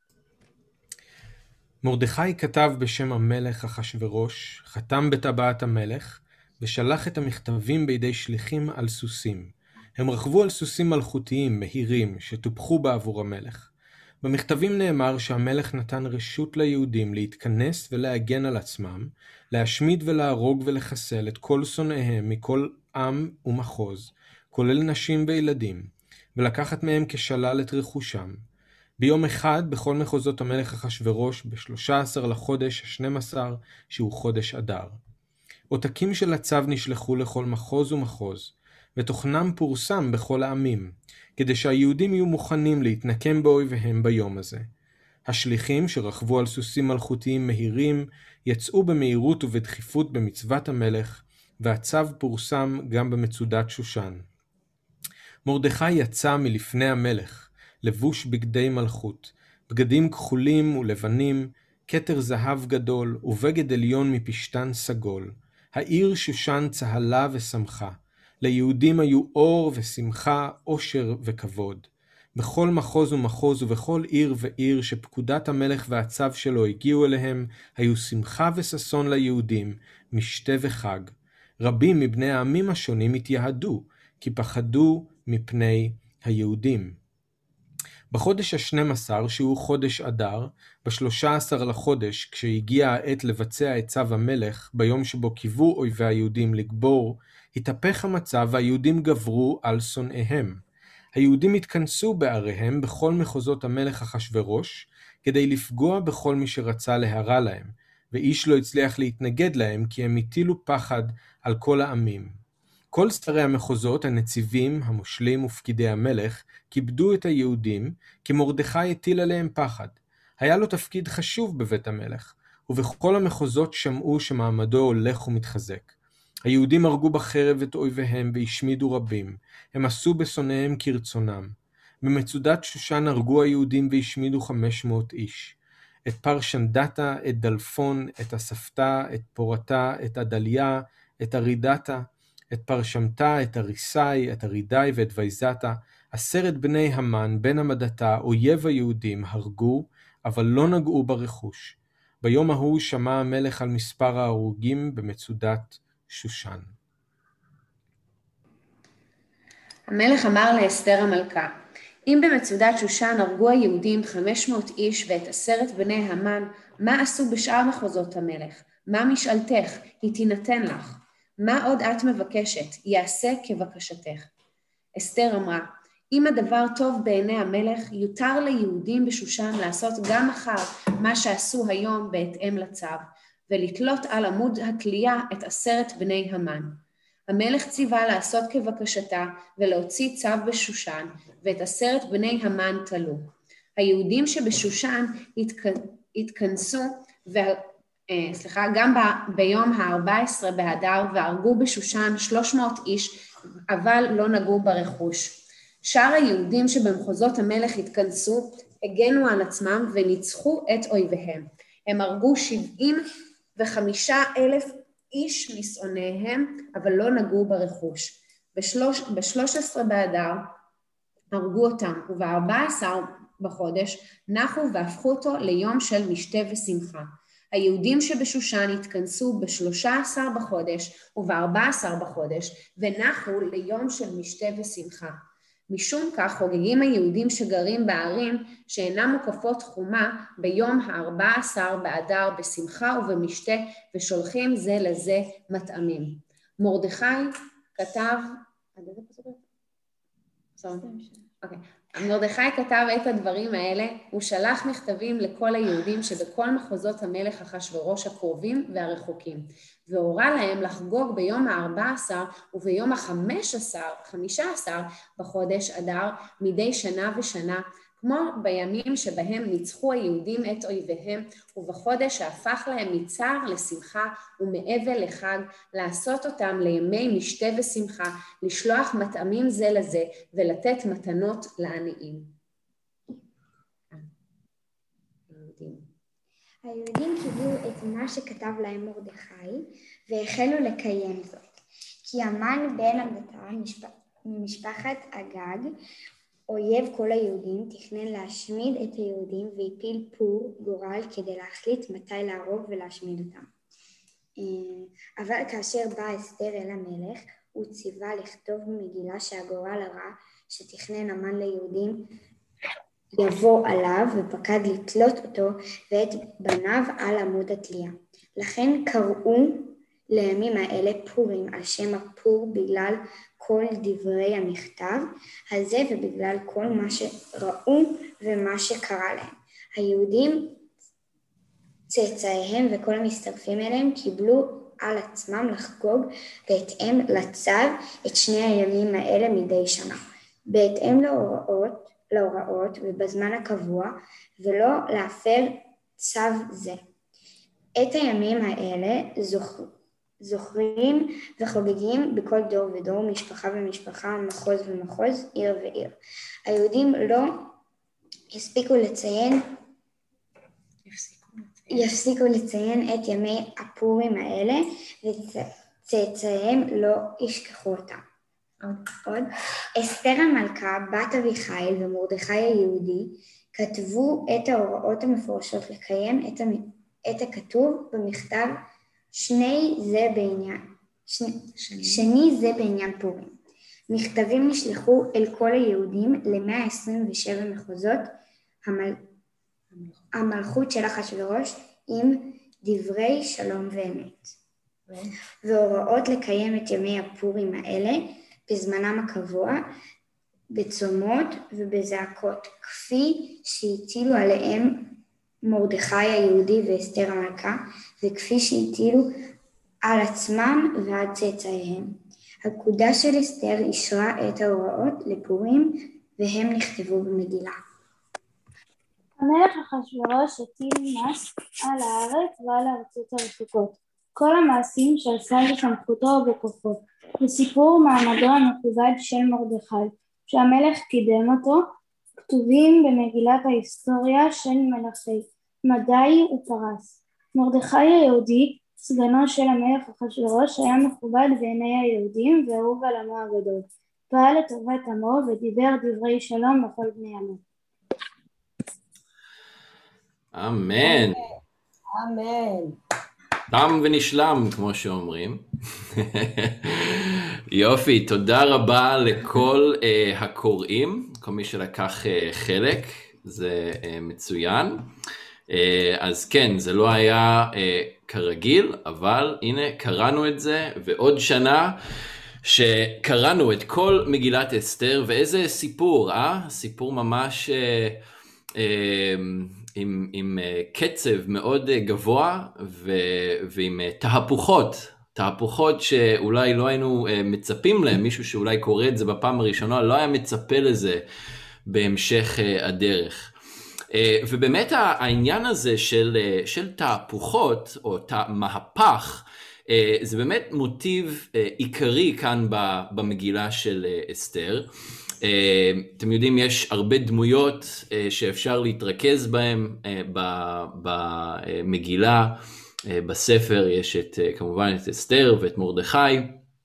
מרדכי כתב בשם המלך אחשוורוש, חתם בטבעת המלך, ושלח את המכתבים בידי שליחים על סוסים. הם רכבו על סוסים מלכותיים, מהירים, שטופחו בעבור המלך. במכתבים נאמר שהמלך נתן רשות ליהודים להתכנס ולהגן על עצמם, להשמיד ולהרוג ולחסל את כל שונאיהם מכל עם ומחוז, כולל נשים וילדים, ולקחת מהם כשלל את רכושם. ביום אחד בכל מחוזות המלך אחשוורוש, ב-שלושה עשר לחודש ה-שנים עשר, שהוא חודש אדר. עותקים של הצו נשלחו לכל מחוז ומחוז, ותוכנם פורסם בכל העמים, כדי שהיהודים יהיו מוכנים להתנקם באויביהם ביום הזה. השליחים שרכבו על סוסים מלכותיים מהירים, יצאו במהירות ובדחיפות במצוות המלך, והצו פורסם גם במצודת שושן. מרדכי יצא מלפני המלך, לבוש בגדי מלכות, בגדים כחולים ולבנים, כתר זהב גדול ובגד עליון מפשתן סגול. העיר שושן צהלה ושמחה. ליהודים היו אור ושמחה, עושר וכבוד. בכל מחוז ומחוז ובכל עיר ועיר שפקודת המלך והצו שלו הגיעו אליהם, היו שמחה וששון ליהודים, משתה וחג. רבים מבני העמים השונים התייהדו, כי פחדו מפני היהודים. בחודש ה-שנים עשר, שהוא חודש אדר, ב-שלושה עשר לחודש, כשהגיעה העת לבצע את צו המלך, ביום שבו קיוו אויבי היהודים לגבור, התהפך המצב והיהודים גברו על שונאיהם. היהודים התכנסו בעריהם בכל מחוזות המלך אחשוורוש, כדי לפגוע בכל מי שרצה להרע להם, ואיש לא הצליח להתנגד להם, כי הם הטילו פחד על כל העמים. כל שרי המחוזות, הנציבים, המושלים ופקידי המלך, כיבדו את היהודים, כי מרדכי הטיל עליהם פחד. היה לו תפקיד חשוב בבית המלך, ובכל המחוזות שמעו שמעמדו הולך ומתחזק. היהודים הרגו בחרב את אויביהם והשמידו רבים, הם עשו בשונאיהם כרצונם. במצודת שושן הרגו היהודים והשמידו חמש מאות איש. את פרשנדתה, את דלפון, את אספתה, את פורתה, את עדליה, את ארידתה, את פרשמתה, את אריסאי, את ארידאי ואת וייזתה, עשרת בני המן, בן המדתה, אויב היהודים, הרגו, אבל לא נגעו ברכוש. ביום ההוא שמע המלך על מספר ההרוגים במצודת שושן. המלך אמר לאסתר המלכה, אם במצודת שושן הרגו היהודים חמש מאות איש ואת עשרת בני המן, מה עשו בשאר מחוזות המלך? מה משאלתך? היא תינתן לך. מה עוד את מבקשת? יעשה כבקשתך. אסתר אמרה, אם הדבר טוב בעיני המלך, יותר ליהודים בשושן לעשות גם מחר מה שעשו היום בהתאם לצו, ולתלות על עמוד התלייה את עשרת בני המן. המלך ציווה לעשות כבקשתה ולהוציא צו בשושן, ואת עשרת בני המן תלו. היהודים שבשושן התכנסו, ו... סליחה, גם ב... ביום ה-ארבע עשרה בהדר, והרגו בשושן שלוש מאות איש, אבל לא נגעו ברכוש. שאר היהודים שבמחוזות המלך התכנסו, הגנו על עצמם וניצחו את אויביהם. הם הרגו שבעים וחמישה אלף איש משונאיהם, אבל לא נגעו ברכוש. בשלוש, בשלוש עשרה באדר הרגו אותם, ובארבע עשרה בחודש נחו והפכו אותו ליום של משתה ושמחה. היהודים שבשושן התכנסו בשלושה עשר בחודש ובארבע עשר בחודש, ונחו ליום של משתה ושמחה. משום כך חוגגים היהודים שגרים בערים שאינם מוקפות חומה ביום ה-ארבע עשר באדר בשמחה ובמשתה, ושולחים זה לזה מטעמים. מרדכי כתב, אוקיי. מרדכי כתב את הדברים האלה, הוא שלח מכתבים לכל היהודים שבכל מחוזות המלך אחשוורוש הקרובים והרחוקים, והורה להם לחגוג ביום ה-ארבע עשר וביום ה-חמש עשר, חמישה עשר בחודש אדר מדי שנה ושנה, כמו בימים שבהם ניצחו היהודים את אויביהם, ובחודש שהפך להם מצער לשמחה ומאבל לחג, לעשות אותם לימי משתה ושמחה, לשלוח מטעמים זה לזה ולתת מתנות לעניים. היהודים קיבלו את מה שכתב להם מרדכי והחלו לקיים זאת, כי המן בן עמדתה ממשפחת אגג, אויב כל היהודים, תכנן להשמיד את היהודים והפיל פור גורל כדי להחליט מתי להרוג ולהשמיד אותם. אבל כאשר בא אסתר אל המלך, הוא ציווה לכתוב במגילה שהגורל הרע שתכנן המן ליהודים יבוא עליו, ופקד לתלות אותו ואת בניו על עמוד התלייה. לכן קראו לימים האלה פורים על שם הפור בגלל כל דברי המכתב הזה ובגלל כל מה שראו ומה שקרה להם. היהודים, צאצאיהם וכל המצטרפים אליהם קיבלו על עצמם לחגוג בהתאם לצו את שני הימים האלה מדי שנה, בהתאם להוראות, להוראות ובזמן הקבוע, ולא להפר צו זה. את הימים האלה זוכרו זוכרים וחוגגים בכל דור ודור, משפחה ומשפחה, מחוז ומחוז, עיר ועיר. היהודים לא יספיקו לציין, יפסיקו לציין את ימי הפורים האלה, וצאצאיהם לא ישכחו אותם. עוד, עוד. אסתר המלכה, בת אביחיל ומרדכי היהודי, כתבו את ההוראות המפורשות לקיים את, המ... את הכתוב במכתב שני זה בעניין, שני, שני זה בעניין פורים. מכתבים נשלחו אל כל היהודים ל-מאה עשרים ושבע מחוזות המל... המלכות של אחשוורוש עם דברי שלום ואמת. והוראות לקיים את ימי הפורים האלה בזמנם הקבוע, בצומות ובזעקות, כפי שהטילו עליהם מרדכי היהודי ואסתר המלכה, וכפי שהטילו על עצמם ועד צאצאיהם. הפקודה של אסתר אישרה את ההוראות לפורים, והם נכתבו במגילה. המלך אחשוורוש הטיל מס על הארץ ועל הארצות הרחוקות, כל המעשים שעשה בסמכותו ובכוחו, וסיפור מעמדו המכובד של מרדכי, שהמלך קידם אותו, כתובים במגילת ההיסטוריה של מלכי מדי ופרס. מרדכי היהודי, סגנו של המלך אחשוורוש, היה מכובד בעיני היהודים ואהוב על עמו הגדול. פעל לטובת עמו ודיבר דברי שלום לכל בני עמו. אמן. אמן. תם ונשלם, כמו שאומרים. יופי, תודה רבה לכל uh, הקוראים, כל מי שלקח uh, חלק, זה uh, מצוין. Uh, אז כן, זה לא היה uh, כרגיל, אבל הנה קראנו את זה, ועוד שנה שקראנו את כל מגילת אסתר, ואיזה סיפור, אה? סיפור ממש uh, uh, עם, עם uh, קצב מאוד uh, גבוה, ו, ועם uh, תהפוכות, תהפוכות שאולי לא היינו uh, מצפים להם, מישהו שאולי קורא את זה בפעם הראשונה, לא היה מצפה לזה בהמשך uh, הדרך. Uh, ובאמת העניין הזה של, uh, של תהפוכות, או תה, מהפך, זה באמת מוטיב עיקרי כאן במגילה של אסתר. אתם יודעים, יש הרבה דמויות שאפשר להתרכז בהן במגילה. בספר יש את, כמובן את אסתר ואת מרדכי.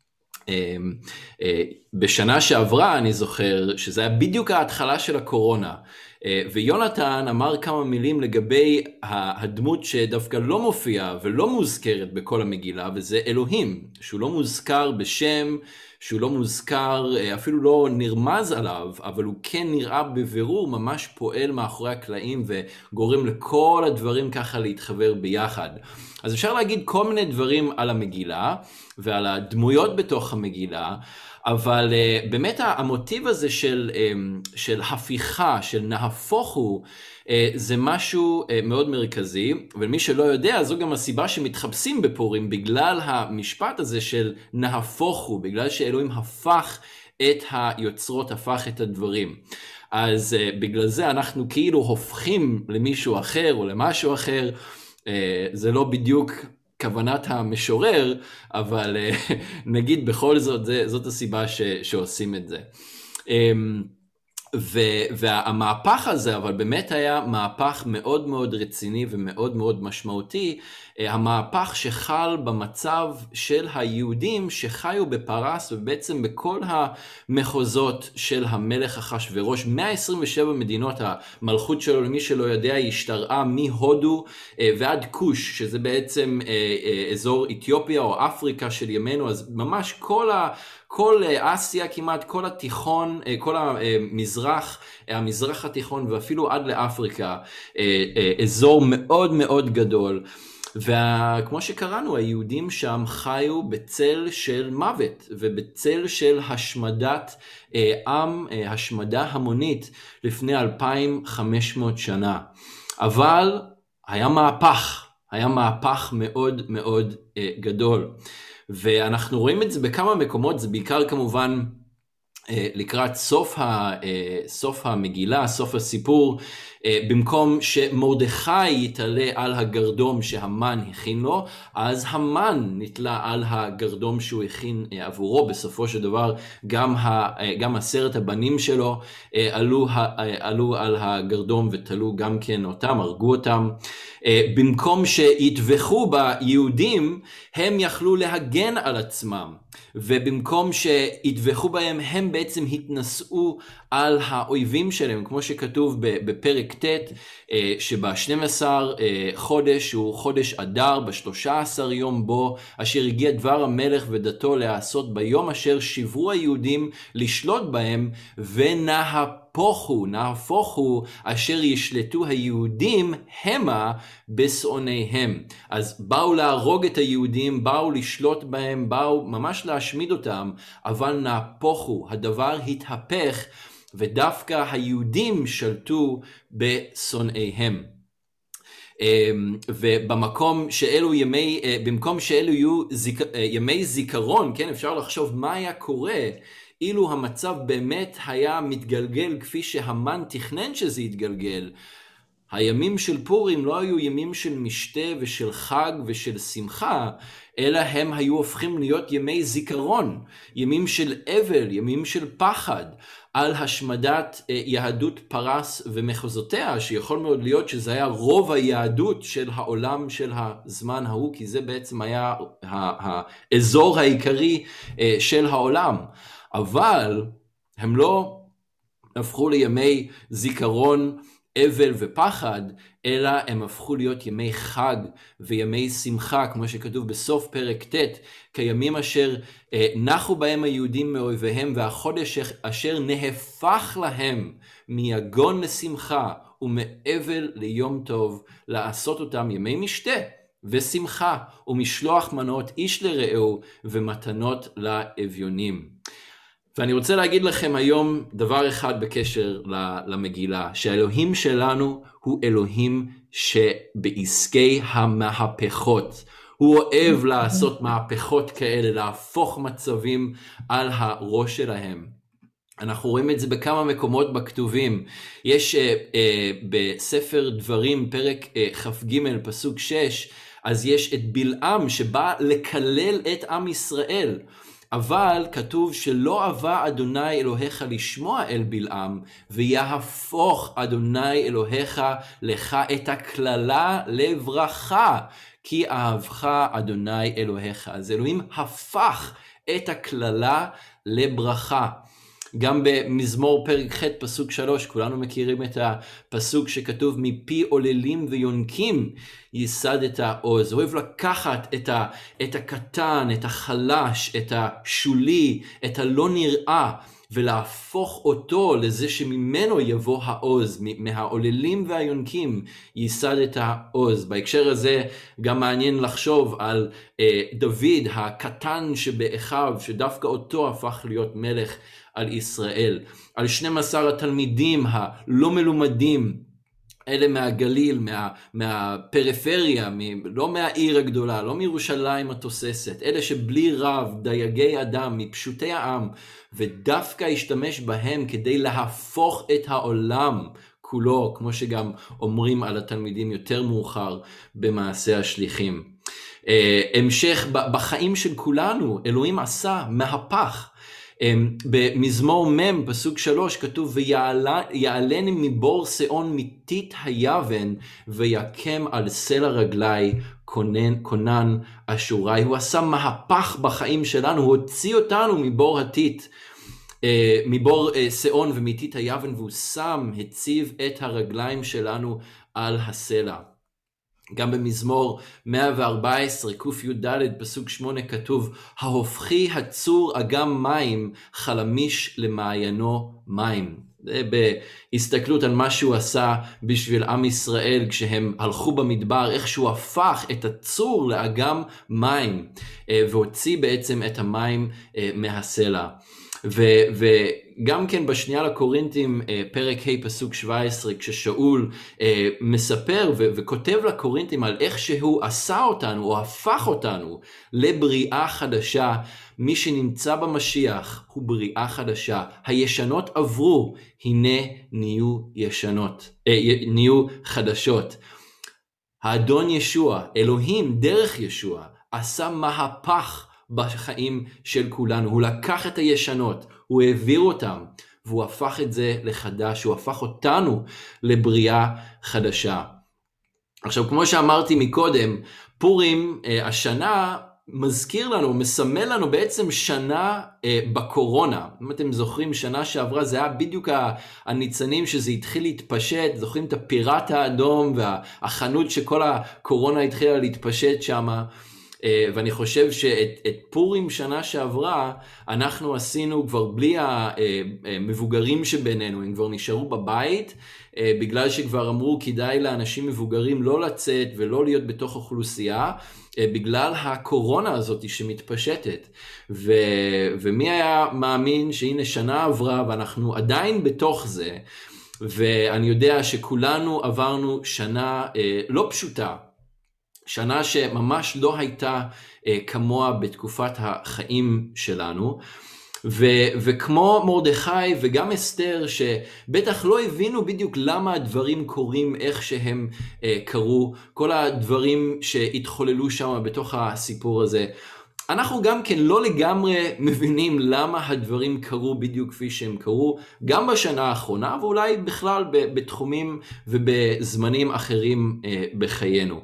בשנה שעברה אני זוכר שזה היה בדיוק ההתחלה של הקורונה, ויונתן אמר כמה מילים לגבי הדמות שדווקא לא מופיעה ולא מוזכרת בכל המגילה, וזה אלוהים, שהוא לא מוזכר בשם, שהוא לא מוזכר, אפילו לא נרמז עליו, אבל הוא כן נראה בבירור ממש פועל מאחורי הקלעים וגורם לכל הדברים ככה להתחבר ביחד. אז אפשר להגיד כל מיני דברים על המגילה ועל הדמויות בתוך המגילה, אבל uh, באמת המוטיב הזה של, um, של הפיכה, של נהפוכו, uh, זה משהו uh, מאוד מרכזי, ומי שלא יודע, זו גם הסיבה שמתחפשים בפורים, בגלל המשפט הזה של נהפוכו, בגלל שאלוהים הפך את היוצרות, הפך את הדברים. אז uh, בגלל זה אנחנו כאילו הופכים למישהו אחר או למשהו אחר, uh, זה לא בדיוק כוונת המשורר, אבל נגיד בכל זאת, זה, זאת הסיבה ש, שעושים את זה. ו, והמהפך הזה, אבל באמת היה מהפך מאוד מאוד רציני ומאוד מאוד משמעותי, המהפך שחל במצב של היהודים שחיו בפרס ובעצם בכל המחוזות של המלך אחשוורוש. מאה עשרים ושבע מדינות, המלכות שלו, למי שלא יודע, היא השתרעה מהודו ועד כוש, שזה בעצם אזור אתיופיה או אפריקה של ימינו, אז ממש כל ה... כל אסיה כמעט, כל התיכון, כל המזרח, המזרח התיכון ואפילו עד לאפריקה, אזור מאוד מאוד גדול. וכמו שקראנו, היהודים שם חיו בצל של מוות ובצל של השמדת עם, השמדה המונית לפני אלפיים וחמש מאות שנה. אבל היה מהפך, היה מהפך מאוד מאוד גדול. ואנחנו רואים את זה בכמה מקומות, זה בעיקר כמובן לקראת סוף, ה, סוף המגילה, סוף הסיפור, במקום שמרדכי יתעלה על הגרדום שהמן הכין לו, אז המן נתלה על הגרדום שהוא הכין עבורו. בסופו של דבר גם, ה, גם עשרת הבנים שלו עלו, עלו על הגרדום ותלו גם כן אותם, הרגו אותם. במקום שיטבחו ביהודים, הם יכלו להגן על עצמם. ובמקום שיטבחו בהם, הם בעצם התנסו על האויבים שלהם, כמו שכתוב בפרק ט', שב-שנים עשר חודש הוא חודש אדר, ב-שלושה עשר יום בו, אשר הגיע דבר המלך ודתו לעשות ביום אשר שברו היהודים לשלוט בהם, ונהפוכו, נהפוכו, אשר ישלטו היהודים המה בשונאיהם. אז באו להרוג את היהודים, באו לשלוט בהם, באו ממש להשמיד אותם, אבל נהפוכו, הדבר התהפך, ודווקא היהודים שלטו בשונאיהם. ובמקום שאלו ימי, במקום שאלו יהיו זיק, ימי זיכרון, כן, אפשר לחשוב מה היה קורה אילו המצב באמת היה מתגלגל כפי שהמן תכנן שזה יתגלגל. הימים של פורים לא היו ימים של משתה ושל חג ושל שמחה, אלא הם היו הופכים להיות ימי זיכרון, ימים של אבל, ימים של פחד, על השמדת יהדות פרס ומחוזותיה, שיכול מאוד להיות שזה היה רוב היהדות של העולם של הזמן ההוא, כי זה בעצם היה האזור העיקרי של העולם. אבל הם לא הפכו לימי זיכרון, אבל ופחד, אלא הם הפכו להיות ימי חג וימי שמחה, כמו שכתוב בסוף פרק ט', כימים אשר אה, נחו בהם היהודים מאויביהם, והחודש אשר נהפך להם מיגון לשמחה ומאבל ליום טוב, לעשות אותם ימי משתה ושמחה ומשלוח מנות איש לרעהו ומתנות לאביונים. ואני רוצה להגיד לכם היום דבר אחד בקשר למגילה, שהאלוהים שלנו הוא אלוהים שבעסקי המהפכות. הוא אוהב לעשות מהפכות כאלה, להפוך מצבים על הראש שלהם. אנחנו רואים את זה בכמה מקומות בכתובים. יש אה, אה, בספר דברים, פרק אה, כ"ג, פסוק שש, אז יש את בלעם שבא לקלל את עם ישראל. אבל כתוב שלא אבה אדוני אלוהיך לשמוע אל בלעם, ויהפוך אדוני אלוהיך לך את הקללה לברכה, כי אהבך אדוני אלוהיך. אז אלוהים הפך את הקללה לברכה. גם במזמור פרק ח' פסוק שלוש, כולנו מכירים את הפסוק שכתוב מפי עוללים ויונקים ייסד את העוז. הוא אוהב לקחת את, ה, את הקטן, את החלש, את השולי, את הלא נראה, ולהפוך אותו לזה שממנו יבוא העוז, מהעוללים והיונקים ייסד את העוז. בהקשר הזה גם מעניין לחשוב על אה, דוד הקטן שבאחיו, שדווקא אותו הפך להיות מלך על ישראל, על שנים עשר התלמידים הלא מלומדים, אלה מהגליל, מה, מהפריפריה, מ, לא מהעיר הגדולה, לא מירושלים התוססת, אלה שבלי רב, דייגי אדם, מפשוטי העם, ודווקא השתמש בהם כדי להפוך את העולם כולו, כמו שגם אומרים על התלמידים יותר מאוחר במעשה השליחים. המשך, בחיים של כולנו, אלוהים עשה מהפך. במזמור מם פסוק שלוש כתוב ויעלני מבור שאון מתית היבן ויקם על סלע רגלי כונן, כונן אשורי. הוא עשה מהפך בחיים שלנו, הוא הוציא אותנו מבור התית, מבור שאון ומתית היבן, והוא שם, הציב את הרגליים שלנו על הסלע. גם במזמור מאה וארבע עשרה קוף י"ד פסוק שמונה כתוב ההופכי הצור אגם מים חלמיש למעיינו מים. זה בהסתכלות על מה שהוא עשה בשביל עם ישראל כשהם הלכו במדבר, איך שהוא הפך את הצור לאגם מים והוציא בעצם את המים מהסלע. ו- וגם כן בשנייה לקורינתים פרק ה' פסוק שבע עשרה כששאול מספר ו- וכותב לקורינתים על איך שהוא עשה אותנו או הפך אותנו לבריאה חדשה. מי שנמצא במשיח הוא בריאה חדשה, הישנות עברו, הנה נהיו ישנות, נהיו חדשות. האדון ישוע, אלוהים דרך ישוע, עשה מהפך בחיים של כולנו. הוא לקח את הישנות, הוא העביר אותם, והוא הפך את זה לחדש, הוא הפך אותנו לבריאה חדשה. עכשיו, כמו שאמרתי מקודם, פורים השנה מזכיר לנו, מסמל לנו בעצם שנה אה, בקורונה. אם אתם זוכרים, שנה שעברה זה היה בדיוק הניצנים שזה התחיל להתפשט, זוכרים את הפיראט האדום והחנות שכל הקורונה התחילה להתפשט שמה. ואני חושב שאת את פורים שנה שעברה אנחנו עשינו כבר בלי המבוגרים שבינינו, הם כבר נשארו בבית בגלל שכבר אמרו כדאי לאנשים מבוגרים לא לצאת ולא להיות בתוך אוכלוסייה בגלל הקורונה הזאת שמתפשטת. ו, ומי היה מאמין שהנה שנה עברה ואנחנו עדיין בתוך זה, ואני יודע שכולנו עברנו שנה לא פשוטה, שנה שממש לא הייתה אה, כמוה בתקופת החיים שלנו, ו, וכמו מרדכי וגם אסתר שבטח לא הבינו בדיוק למה הדברים קורים איך שהם אה, קרו, כל הדברים שהתחוללו שם בתוך הסיפור הזה, אנחנו גם כן לא לגמרי מבינים למה הדברים קרו בדיוק כפי שהם קרו, גם בשנה האחרונה ואולי בכלל בתחומים ובזמנים אחרים אה, בחיינו.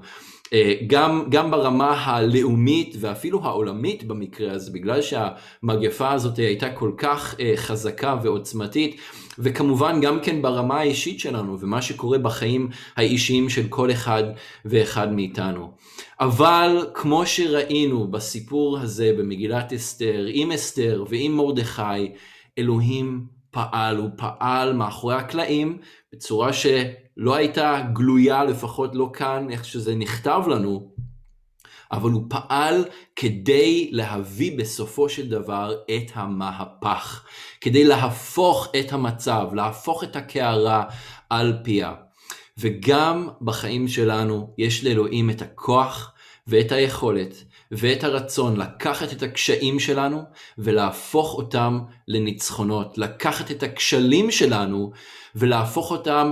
גם, גם ברמה הלאומית ואפילו העולמית במקרה הזה, בגלל שהמגפה הזאת הייתה כל כך חזקה ועוצמתית, וכמובן גם כן ברמה האישית שלנו ומה שקורה בחיים האישיים של כל אחד ואחד מאיתנו. אבל כמו שראינו בסיפור הזה במגילת אסתר, עם אסתר ועם מרדכי, אלוהים פעל, הוא פעל מאחורי הקלעים בצורה ש... לא הייתה גלויה, לפחות לא כאן, איך שזה נכתב לנו, אבל הוא פעל כדי להביא בסופו של דבר את המהפך, כדי להפוך את המצב, להפוך את הקערה על פיה. וגם בחיים שלנו יש לאלוהים את הכוח ואת היכולת ואת הרצון לקחת את הקשיים שלנו ולהפוך אותם לניצחונות, לקחת את הכשלים שלנו ולהפוך אותם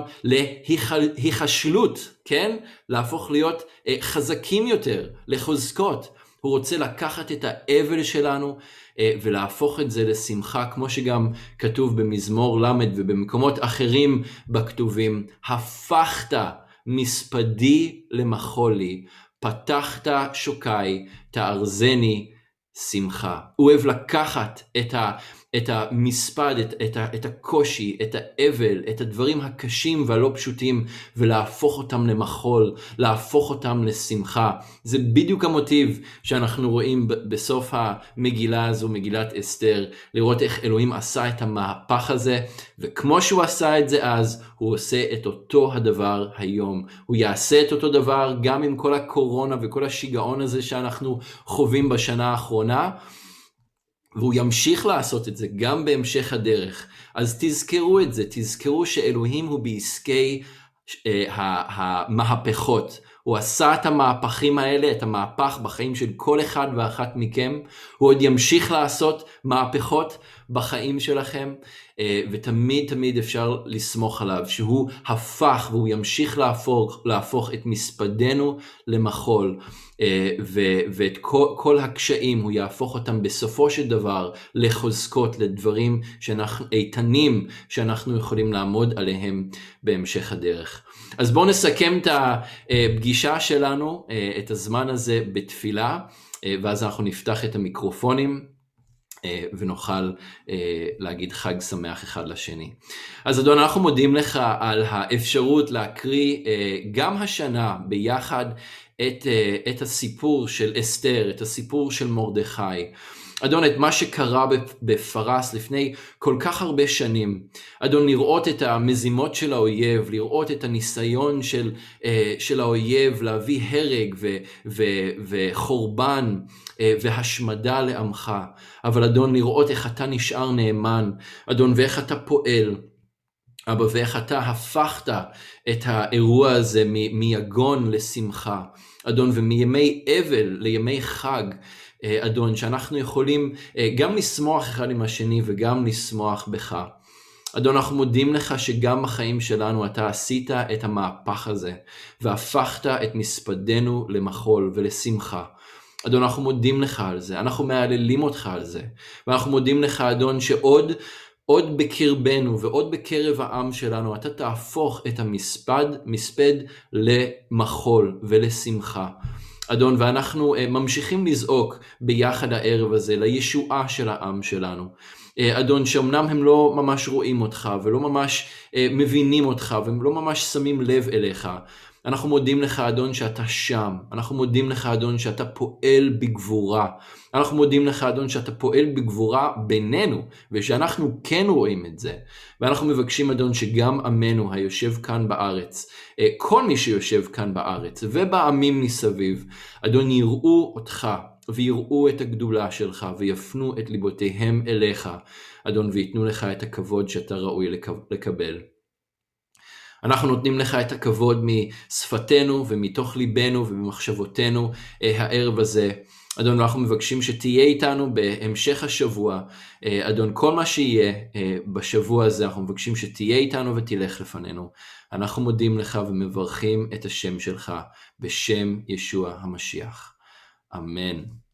להיחשלות, כן? להפוך להיות אה, חזקים יותר, לחוזקות. הוא רוצה לקחת את האבל שלנו אה, ולהפוך את זה לשמחה, כמו שגם כתוב במזמור למד ובמקומות אחרים בכתובים. הפכת מספדי למחולי, פתחת שוקי, תארזני שמחה. הוא אוהב לקחת את, ה, את המספד, את, את, ה, את הקושי, את האבל, את הדברים הקשים והלא פשוטים, ולהפוך אותם למחול, להפוך אותם לשמחה. זה בדיוק המוטיב שאנחנו רואים בסוף המגילה הזו, מגילת אסתר, לראות איך אלוהים עשה את המהפך הזה, וכמו שהוא עשה את זה אז, הוא עושה את אותו הדבר היום. הוא יעשה את אותו דבר גם עם כל הקורונה וכל השיגעון הזה שאנחנו חווים בשנה האחרונה, והוא ימשיך לעשות את זה גם בהמשך הדרך. אז תזכרו את זה, תזכרו שאלוהים הוא בעסקי אה, המהפכות. הוא עשה את המהפכים האלה, את המהפך בחיים של כל אחד ואחת מכם. הוא עוד ימשיך לעשות מהפכות בחיים שלכם, ותמיד תמיד אפשר לסמוך עליו, שהוא הפך והוא ימשיך להפוך, להפוך את מספדנו למחול, ואת כל, כל הקשיים הוא יהפוך אותם בסופו של דבר לחוזקות, לדברים שאנחנו, איתנים שאנחנו יכולים לעמוד עליהם בהמשך הדרך. אז בואו נסכם את הפגישה שלנו, את הזמן הזה בתפילה, ואז אנחנו נפתח את המיקרופונים ונוכל להגיד חג שמח אחד לשני. אז אדון, אנחנו מודים לך על האפשרות להקריא גם השנה ביחד את, את הסיפור של אסתר, את הסיפור של מרדכי. אדון, את מה שקרה בפרס לפני כל כך הרבה שנים. אדון, לראות את המזימות של האויב, לראות את הניסיון של, של האויב להביא הרג ו, ו, וחורבן והשמדה לעמך. אבל אדון, לראות איך אתה נשאר נאמן, אדון, ואיך אתה פועל. אבא, ואיך אתה הפכת את האירוע הזה מ- מיגון לשמחה. אדון, ומימי אבל לימי חג. אדון, שאנחנו יכולים גם לשמוח אחד עם השני וגם לשמוח בך. אדון, אנחנו מודים לך שגם בחיים שלנו אתה עשית את המהפך הזה, והפכת את מספדנו למחול ולשמחה. אדון, אנחנו מודים לך על זה, אנחנו מעללים אותך על זה, ואנחנו מודים לך, אדון, שעוד עוד בקרבנו ועוד בקרב העם שלנו, אתה תהפוך את המספד, מספד למחול ולשמחה. אדון, ואנחנו ממשיכים לזעוק ביחד הערב הזה לישועה של העם שלנו. אדון, שאומנם הם לא ממש רואים אותך ולא ממש מבינים אותך והם לא ממש שמים לב אליך. אנחנו מודים לך, אדון, שאתה שם. אנחנו מודים לך, אדון, שאתה פועל בגבורה. אנחנו מודים לך, אדון, שאתה פועל בגבורה בינינו, ושאנחנו כן רואים את זה. ואנחנו מבקשים, אדון, שגם עמנו היושב כאן בארץ, כל מי שיושב כאן בארץ ובעמים מסביב, אדון, יראו אותך ויראו את הגדולה שלך ויפנו את ליבותיהם אליך, אדון, ויתנו לך את הכבוד שאתה ראוי לקבל. אנחנו נותנים לך את הכבוד משפתנו ומתוך ליבנו ובמחשבותינו הערב הזה. אדון, אנחנו מבקשים שתהיה איתנו בהמשך השבוע. אדון, כל מה שיהיה בשבוע הזה, אנחנו מבקשים שתהיה איתנו ותלך לפנינו. אנחנו מודים לך ומברכים את השם שלך בשם ישוע המשיח. אמן.